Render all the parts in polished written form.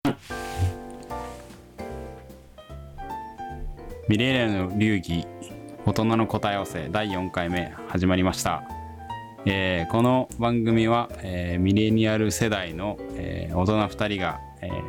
ミレーナの流儀大人の答え合わせ第4回目始まりました。この番組は、ミレニアル世代の、大人2人が、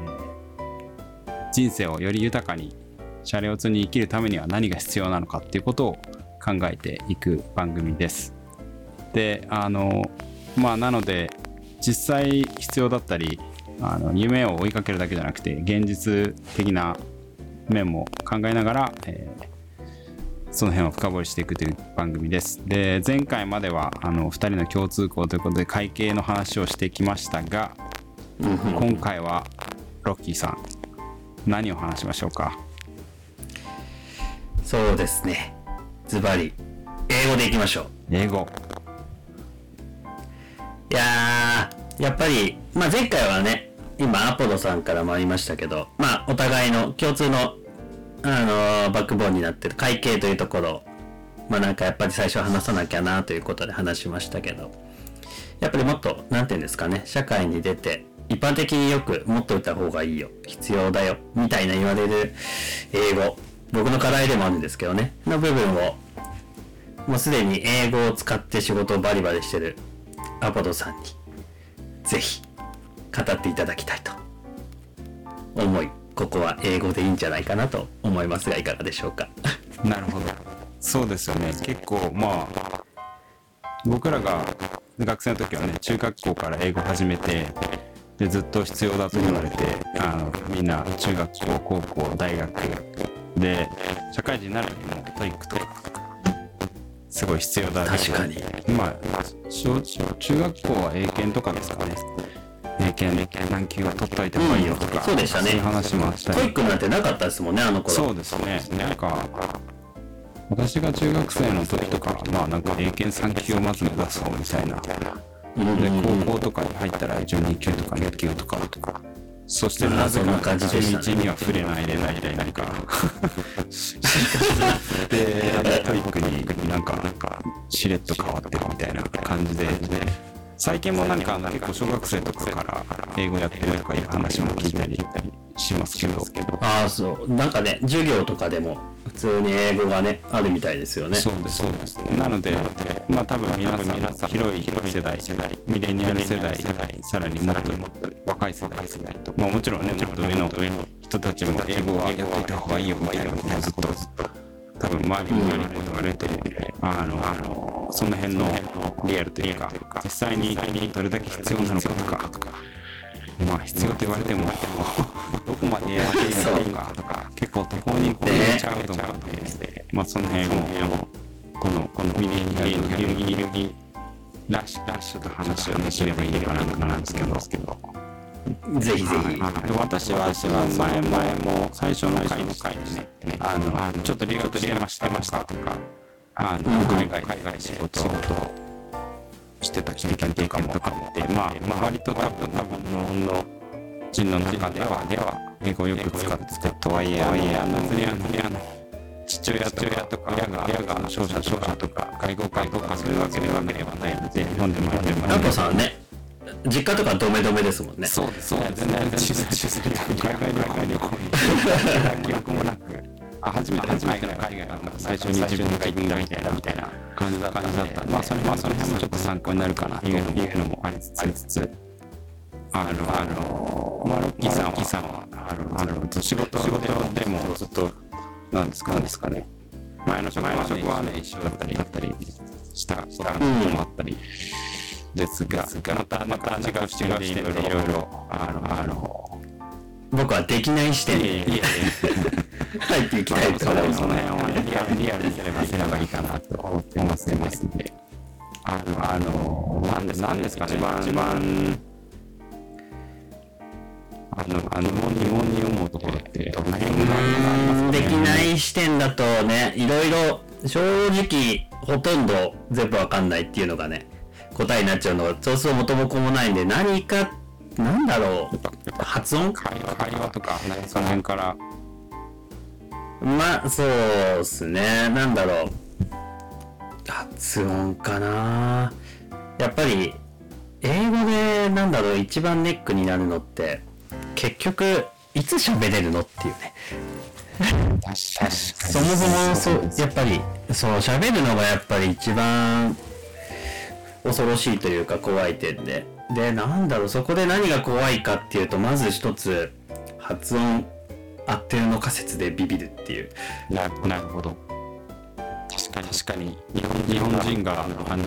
人生をより豊かにシャレオツに生きるためには何が必要なのかっていうことを考えていく番組です。で、なので実際必要だったり夢を追いかけるだけじゃなくて現実的な面も考えながら、その辺を深掘りしていくという番組です。で、前回までは2人の共通項ということで会計の話をしてきましたが、今回はロッキーさん何を話しましょうか？ そうですね、ズバリ英語でいきましょう。 英語。 いやー、やっぱり、前回はね、今アポロさんからもありましたけど、お互いの共通のバックボーンになってる会計というところをやっぱり最初話さなきゃなということで話しましたけど、やっぱりもっとなんていうんですかね、社会に出て一般的によく持っといた方がいいよ、必要だよみたいな言われる英語、僕の課題でもあるんですけどねの部分を、もうすでに英語を使って仕事をバリバリしてるアポロさんにぜひ語っていただきたいと思い、ここは英語でいいんじゃないかなと思いますが、いかがでしょうか？ なるほど。そうですよね。結構僕らが学生の時はね、中学校から英語始めて、でずっと必要だと言われて、みんな中学校、高校、大学で社会人になる時もトイックとかすごい必要だけど、 確かに中学校は英検とかですかね。英検何級を取っといた方がいいよとか、 そうでしたね。 そういう話もあったり。 トイックなんてなかったですもんね、あの頃。 そうですね。なんか私が中学生の時とか、英検3級をまず目指そうみたいな。で、高校とかに入ったら12級とか2級とか、そしてなぜか中1には触れないで何かで、トイックになんかしれっと変わってるみたいな感じで、最近も結構小学生とかから英語やってるとかいう話も聞いたりしますけど。 そう。授業とかでも普通に英語がね、あるみたいですよね。 そうですね。なので、多分皆さん広い世代、ミレニアル世代、さらにもっと若い世代と、もちろんね、もっと上の人たちも英語はやっていた方がいいよみたいなことをずっと多分周りに言われて、その辺のリアルというか、実際にどれだけ必要なのかとか、必要と言われてもどこまでやっていいのかとか、結構途方に暮れちゃうと思うので、その辺をこのミレニアルラッシュと話をできればいいのかななんですけど、 ぜひぜひ。 私は前も最初の回にね、ちょっと留学してましたとか、海外仕事をしてた経験とかもあって、割と多分日本の人の中では英語をよく使ってとはいえ、父親とか親が商社とか外国とかそういうわけではないので、日本でもアポさんね、実家とかドメですもんね。 そうですね。全然海外旅行に行った記憶もなく、初めて海外最初に自分が行ったみたいな感じだったんで、その辺もちょっと参考になるかなというのもありつつ、ロッキーさんは仕事でもずっとなんですかね、前の職はね一緒だったりしたこともあったりですが、また違う視点でいろいろ僕はできない視点で入っていきたいと思います。 その辺をリアルにすればいいかなと思ってますんで、なんですかね、一番疑問に思うところってどの辺がありますかね。 できない視点だとね、いろいろ正直ほとんど全部わかんないっていうのがね答えになっちゃうのが、そうすると元も子もないんで、何かなんだろう、発音会話とかその辺から、 そうですね、なんだろう、発音かな。やっぱり英語で一番ネックになるのって結局いつ喋れるのっていうね。 確かにそもそもそうやっぱりそう喋るのがやっぱり一番恐ろしいというか怖い点で、なんだろう、そこで何が怖いかっていうと、まず一つ発音合ってるのか説でビビるっていう。 なるほど。確かに日本人が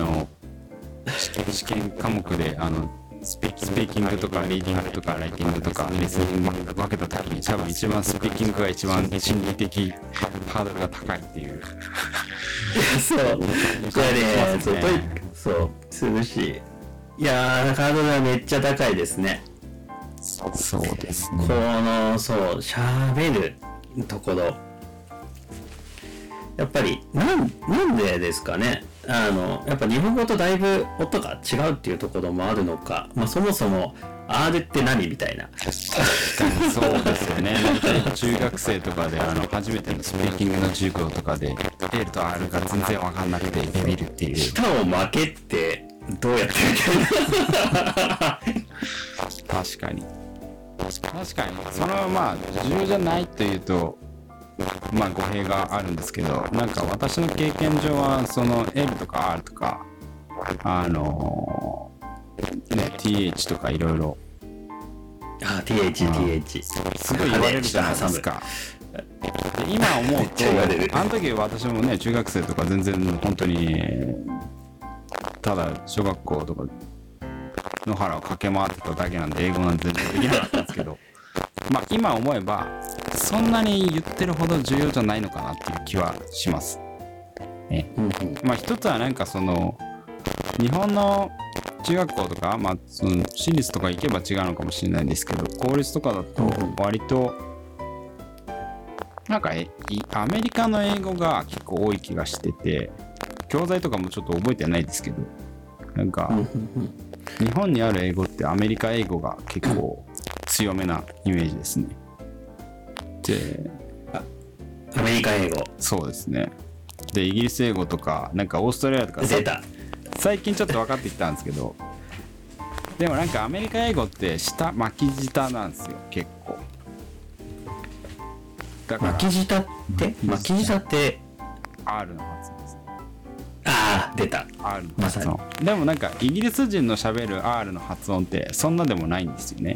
試験科目でスピーキングとかリーディングとかライティングとかリスニング分けた時に多分一番スピーキングが一番心理的ハードルが高いっていう。 そう。これね、そうするし、いやーハードルはめっちゃ高いですね。 そうですね。 そう喋るところ、やっぱりなんでですかね。やっぱ日本語とだいぶ音が違うっていうところもあるのか、そもそも R って何みたいな。 確かにそうですよね。中学生とかで初めてのスピーキングの授業とかで L と R が全然分かんなくてビビるっていう。 舌を負けってどうやって確かにその重要じゃないというと語弊があるんですけど、なんか私の経験上はその L とか R とかTH とかいろいろ TH すごい言われるじゃないですか。で今思うとあの時私もね中学生とか全然本当にただ小学校とか野原を駆け回ってただけなんで英語なんて全然できなかったんですけど今思えばそんなに言ってるほど重要じゃないのかなっていう気はします。一つはなんかその日本の中学校とかその私立とか行けば違うのかもしれないんですけど、公立とかだと割となんかアメリカの英語が結構多い気がしてて、教材とかもちょっと覚えてないですけど、なんか日本にある英語ってアメリカ英語が結構強めなイメージですね。でアメリカ英語、 そうですね。でイギリス英語とかなんかオーストラリアとか出た最近ちょっと分かってきたんですけど、でもなんかアメリカ英語って巻き舌なんですよ結構。だから巻き舌って R の発音です。 出た R の発音、でもなんかイギリス人のしゃべる R の発音ってそんなでもないんですよね。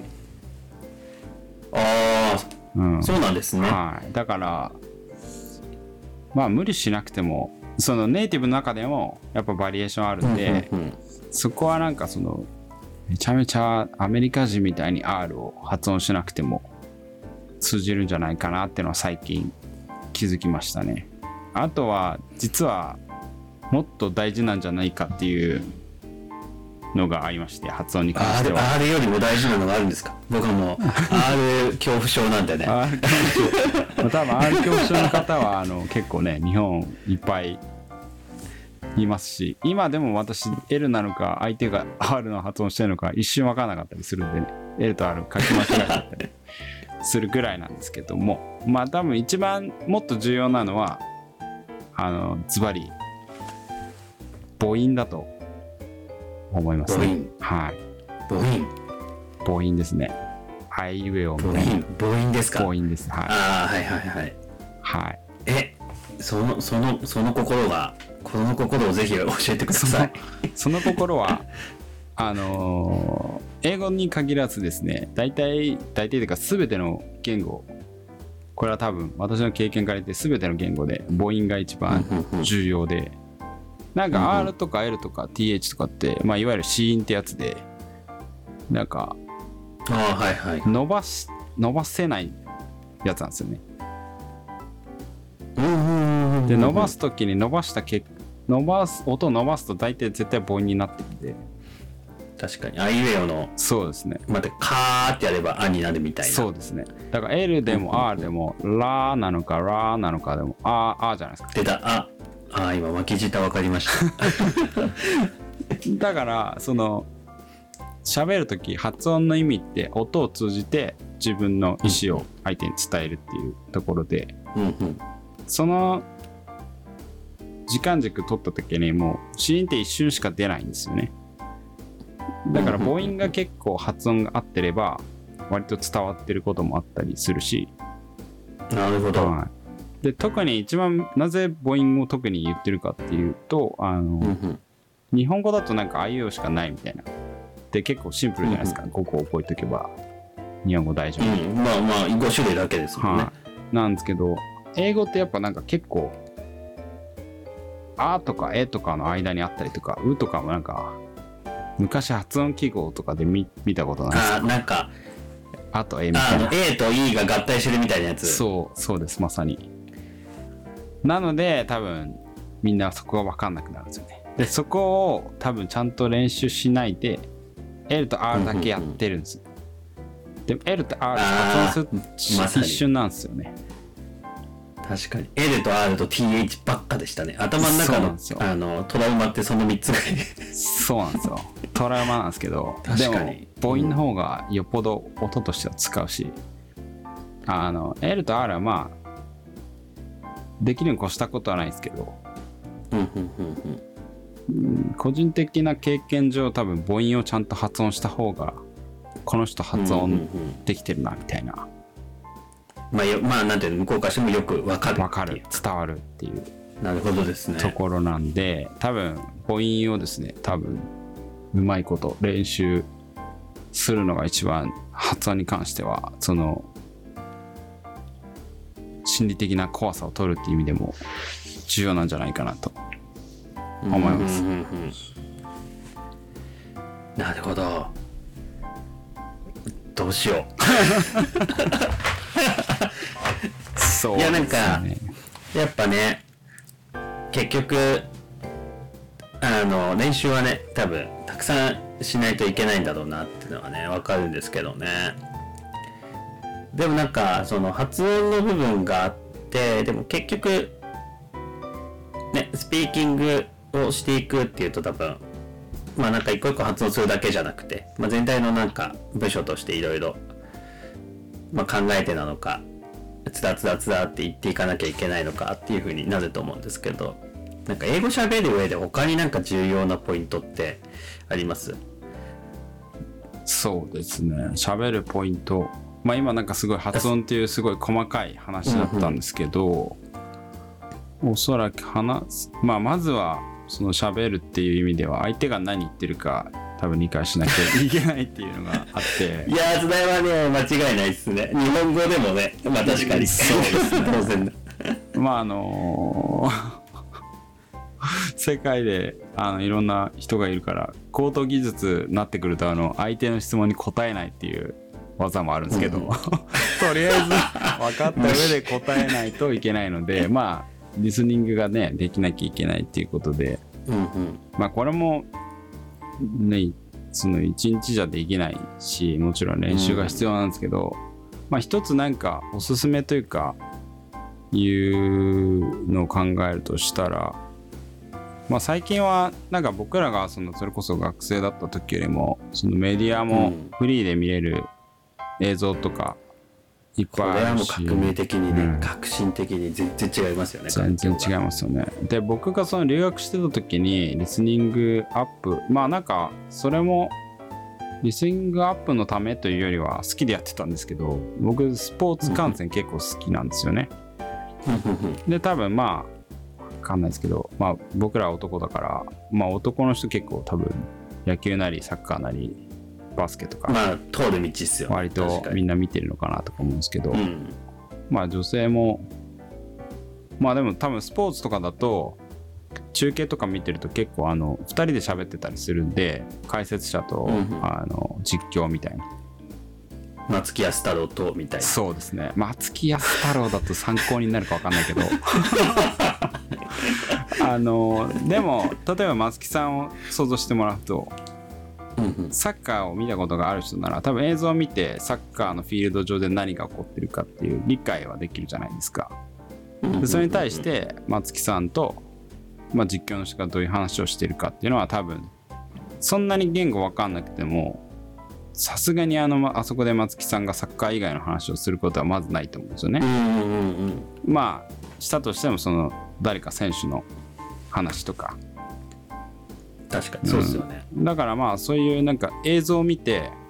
そうなんですね。 だから無理しなくてもそのネイティブの中でもやっぱバリエーションあるんで、そこはなんかそのめちゃめちゃアメリカ人みたいに R を発音しなくても通じるんじゃないかなっていうのは最近気づきましたね。あとは実はもっと大事なんじゃないかっていうのがありまして、発音に関しては R よりも大事なのがあるんですか。僕はもう R 恐怖症なんでね多分 R 恐怖症の方は結構ね日本いっぱいいますし、今でも私 L なのか相手が R の発音してるのか一瞬分からなかったりするんでね、 L と R 書き間違えちゃったりするぐらいなんですけども、多分一番もっと重要なのはズバリ母音だと思いますね。母音ですね。あいうえおみたいな。 母音ですか。 母音です。 その心をぜひ教えてください。 その心は英語に限らずですね、大体というか全ての言語、これは多分私の経験から言って全ての言語で母音が一番重要で、なんか R とか L とか TH とかっていわゆる子音ってやつで、なんか伸ばせないやつなんですよね。で伸ばす時に音を伸ばすと大体絶対母音になってるんで。 確かにあいうえおのそうですね。 カーってやればあになるみたいな。 そうですね。だから L でも R でもラなのかラなのかでもあじゃないですか。 出た今巻き舌分かりましただからその喋るとき発音の意味って音を通じて自分の意思を相手に伝えるっていうところで、その時間軸取った時にもう子音って一瞬しか出ないんですよね。だから母音が結構発音が合ってれば割と伝わってることもあったりするし。 なるほど。 はい、で特に一番なぜ母音を特に言ってるかっていうと日本語だとなんかあいうえおしかないみたいなで結構シンプルじゃないですか、5個覚えとけば日本語大丈夫、 まあまあ5種類だけですもんね、 なんですけど英語ってやっぱなんか結構あとかえとかの間にあったりとかうとかもなんか昔発音記号とかで見たことないですか。 なんかあとえみたいな A と E が合体してるみたいなやつ。 そうですまさに。なので多分みんなそこが分かんなくなるんですよね。でそこを多分ちゃんと練習しないで L と R だけやってるんです、でも L と R 発音すると一瞬なんですよね。 確かに L と R と TH ばっかでしたね。頭の中のトラウマってその3つぐらいそうなんですよ。トラウマなんですけど確かにでも母音の方がよっぽど音としては使うし、L と R はまあできるに越したことはないですけど、個人的な経験上多分母音をちゃんと発音した方がこの人発音できてるなみたいな、 まあなんていうの向こうからしてもよく分かる伝わるっていうなるほどですねところなんで多分母音をですね多分うまいこと練習するのが一番発音に関してはその心理的な怖さを取るっていう意味でも重要なんじゃないかなと思います。 なるほど。どうしよう。 そうですね。 いやなんかやっぱね結局練習はね多分たくさんしないといけないんだろうなっていうのはね分かるんですけどね。でもなんかその発音の部分があってでも結局ねスピーキングをしていくっていうと多分まあなんか一個一個発音するだけじゃなくて、まあ、全体のなんか部署としていろいろ考えてなのかつだつだつだって言っていかなきゃいけないのかっていうふうになると思うんですけど、なんか英語喋る上で他になんか重要なポイントってあります？ そうですね喋るポイント、まあ今なんかすごい発音っていうすごい細かい話だったんですけど、おそらくまずはその喋るっていう意味では相手が何言ってるか多分理解しなきゃいけないっていうのがあっていやそれはね間違いないですね。日本語でもねまあ確かにそうですね当然だまあ世界でいろんな人がいるから高等技術になってくると相手の質問に答えないっていう技もあるんですけど、とりあえず分かった上で答えないといけないのでまあリスニングがねできなきゃいけないっていうことで、まあこれもねその1日じゃできないしもちろん練習が必要なんですけど、まあ一つなんかおすすめというかいうのを考えるとしたら、まあ最近はなんか僕らがそれこそ学生だった時よりもそのメディアもフリーで見れる映像とかいっぱいあるし、 これはもう革命的にね、革新的に全然違いますよね。 全然違いますよね。で僕がその留学してた時にリスニングアップまあなんかそれもリスニングアップのためというよりは好きでやってたんですけど僕スポーツ観戦結構好きなんですよね。で多分まあ分かんないですけどまあ僕らは男だからまあ男の人結構多分野球なりサッカーなりバスケとかまあ通る道っすよ割とみんな見てるのかなとか思うんですけど、まあ女性もまあでも多分スポーツとかだと中継とか見てると結構2人で喋ってたりするんで解説者と、実況みたいな松木安太郎とみたいな。 そうですね松木安太郎だと参考になるか分かんないけどでも例えば松木さんを想像してもらうとサッカーを見たことがある人なら多分映像を見てサッカーのフィールド上で何が起こってるかっていう理解はできるじゃないですか。でそれに対して松木さんと、実況の人がどういう話をしてるかっていうのは多分そんなに言語分かんなくてもさすがにあそこで松木さんがサッカー以外の話をすることはまずないと思うんですよね。まあしたとしてもその誰か選手の話とか確かにそうですよね、 だからまあそういうなんか映像を見て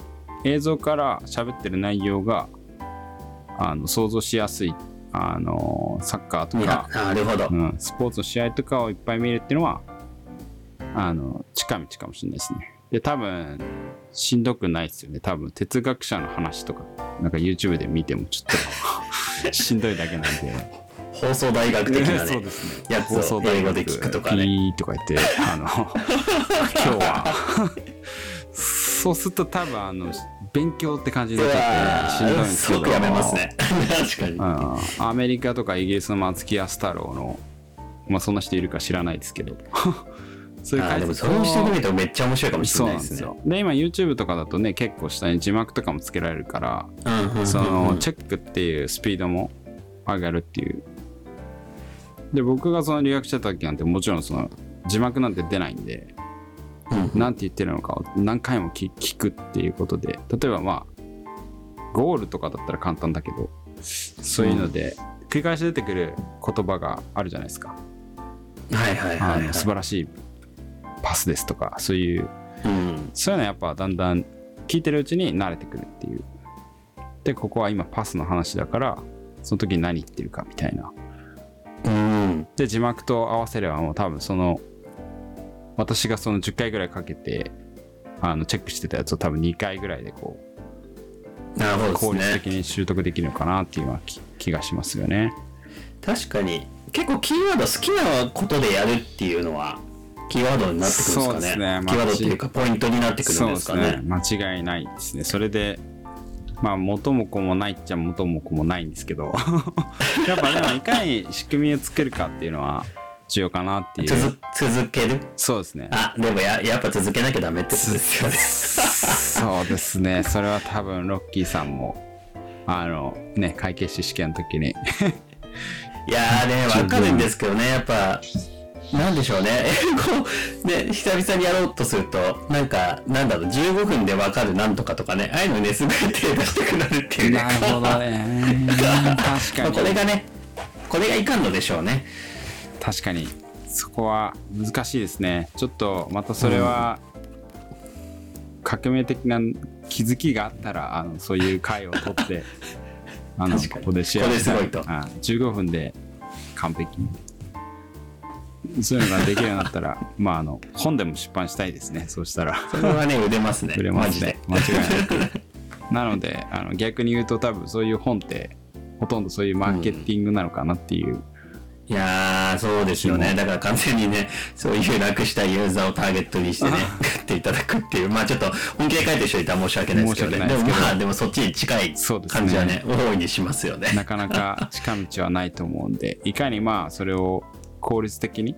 映像から喋ってる内容が想像しやすいサッカーとか、 なるほど、 スポーツの試合とかをいっぱい見るっていうのは近道かもしれないですね。で多分しんどくないですよね。多分哲学者の話とかなんか YouTube で見てもちょっとしんどいだけなんで放送大学的なねそうですね、 やつを英語で聞くとかね、 ピーとか言って今日はそうすると多分勉強って感じになっちゃってしんどいんですけど、 すごくやめますね確かに、 アメリカとかイギリスの松木安太郎の、まあそんな人いるか知らないですけどそういうでもそれをしてみるとめっちゃ面白いかもしれないですね。 そうなんですよ。で今 YouTube とかだとね結構下に字幕とかもつけられるから、そのチェックっていうスピードも上がるっていう。で僕がその留学してた時なんてもちろんその字幕なんて出ないんで、なんて言ってるのかを何回も聞くっていうことで、例えばまあゴールとかだったら簡単だけど、そういうので繰り返し出てくる言葉があるじゃないですか。 はいはいはい、はい、 素晴らしいパスですとかそういう、そういうのやっぱだんだん聞いてるうちに慣れてくるっていう。でここは今パスの話だからその時に何言ってるかみたいな。で字幕と合わせればもう多分その私がその10回ぐらいかけてチェックしてたやつを多分2回ぐらいでこう、 なるほどですね、 効率的に習得できるのかなっていうような気がしますよね。 確かに結構キーワード好きなことでやるっていうのはキーワードになってくるんですかね。 そうですね、 キーワードっていうかポイントになってくるんですかね。 そうですね、間違いないですね。それでまあ元も子もないっちゃ元も子もないんですけどやっぱでもいかに仕組みを作るかっていうのは重要かなっていう。 続ける。 そうですね。 でもやっぱ続けなきゃダメってことですよねそうですね。それは多分ロッキーさんもね会計士試験の時にいやーね分かるんですけどね、やっぱなんでしょうね、英語ね久々にやろうとするとなんだろう15分で分かるなんとかとかね、ああいうのねすごい手出してくなるっていうね。 なるほどね確かに、 これがねこれがいかんのでしょうね。 確かにそこは難しいですね。ちょっとまたそれは革命的な気づきがあったらそういう回を取ってここでシェアしたい。15分で完璧にそういうのができるようになったらまあ本でも出版したいですね。そうしたらそれはね売れますね。 売れますね、間違いなくなので逆に言うと多分そういう本ってほとんどそういうマーケティングなのかなっていう、 いやーそうですよね。だから完全にねそういう楽したユーザーをターゲットにしてね買っていただくっていう、まあちょっと本気で書いてる人いたら申し訳ないですけどね。でもそっちに近い感じはね大いにしますよね。 なかなか近道はないと思うんでいかにまあそれを効率的に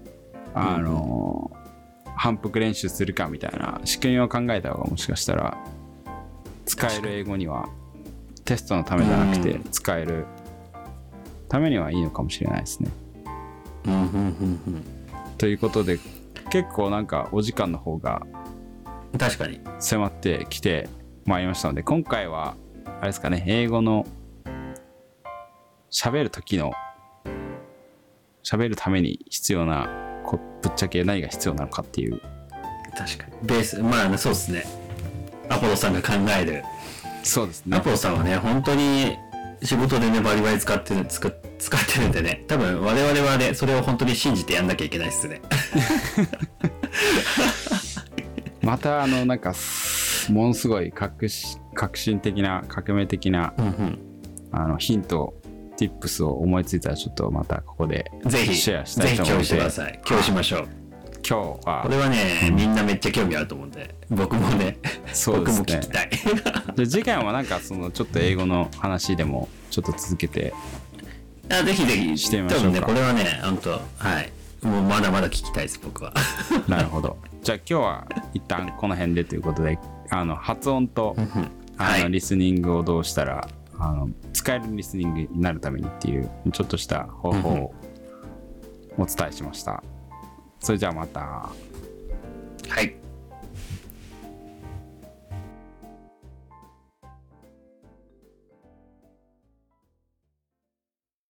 反復練習するかみたいな仕組みを考えた方がもしかしたら使える英語にはテストのためじゃなくて使えるためにはいいのかもしれないですね。ということで結構なんかお時間の方が確かに迫ってきてまいりましたので、今回はあれですかね、英語の喋る時の喋るために必要なぶっちゃけ何が必要なのかっていう。 確かにベースまあそうですね。アポロさんが考える。 そうですね。 アポロさんはね本当に仕事でねバリバリ使ってるんでね、多分我々はねそれを本当に信じてやんなきゃいけないっすねまたなんかものすごい革新的な革命的な、ヒントTips を思いついたらちょっとまたここでシェアしたいと思うので、 ぜひ共有してください。共有しましょう。 今日はこれはね、みんなめっちゃ興味あると思うんで僕もねそうですね、 僕も聞きたいで次回もなんかちょっと英語の話でもちょっと続けてぜひぜひしてみましょうか。 多分ねこれはね本当はいもうまだまだ聞きたいです僕はなるほど。じゃあ今日は一旦この辺でということで発音とリスニングをどうしたら使えるリスニングになるためにっていうちょっとした方法をお伝えしました。それじゃあまた。 はい。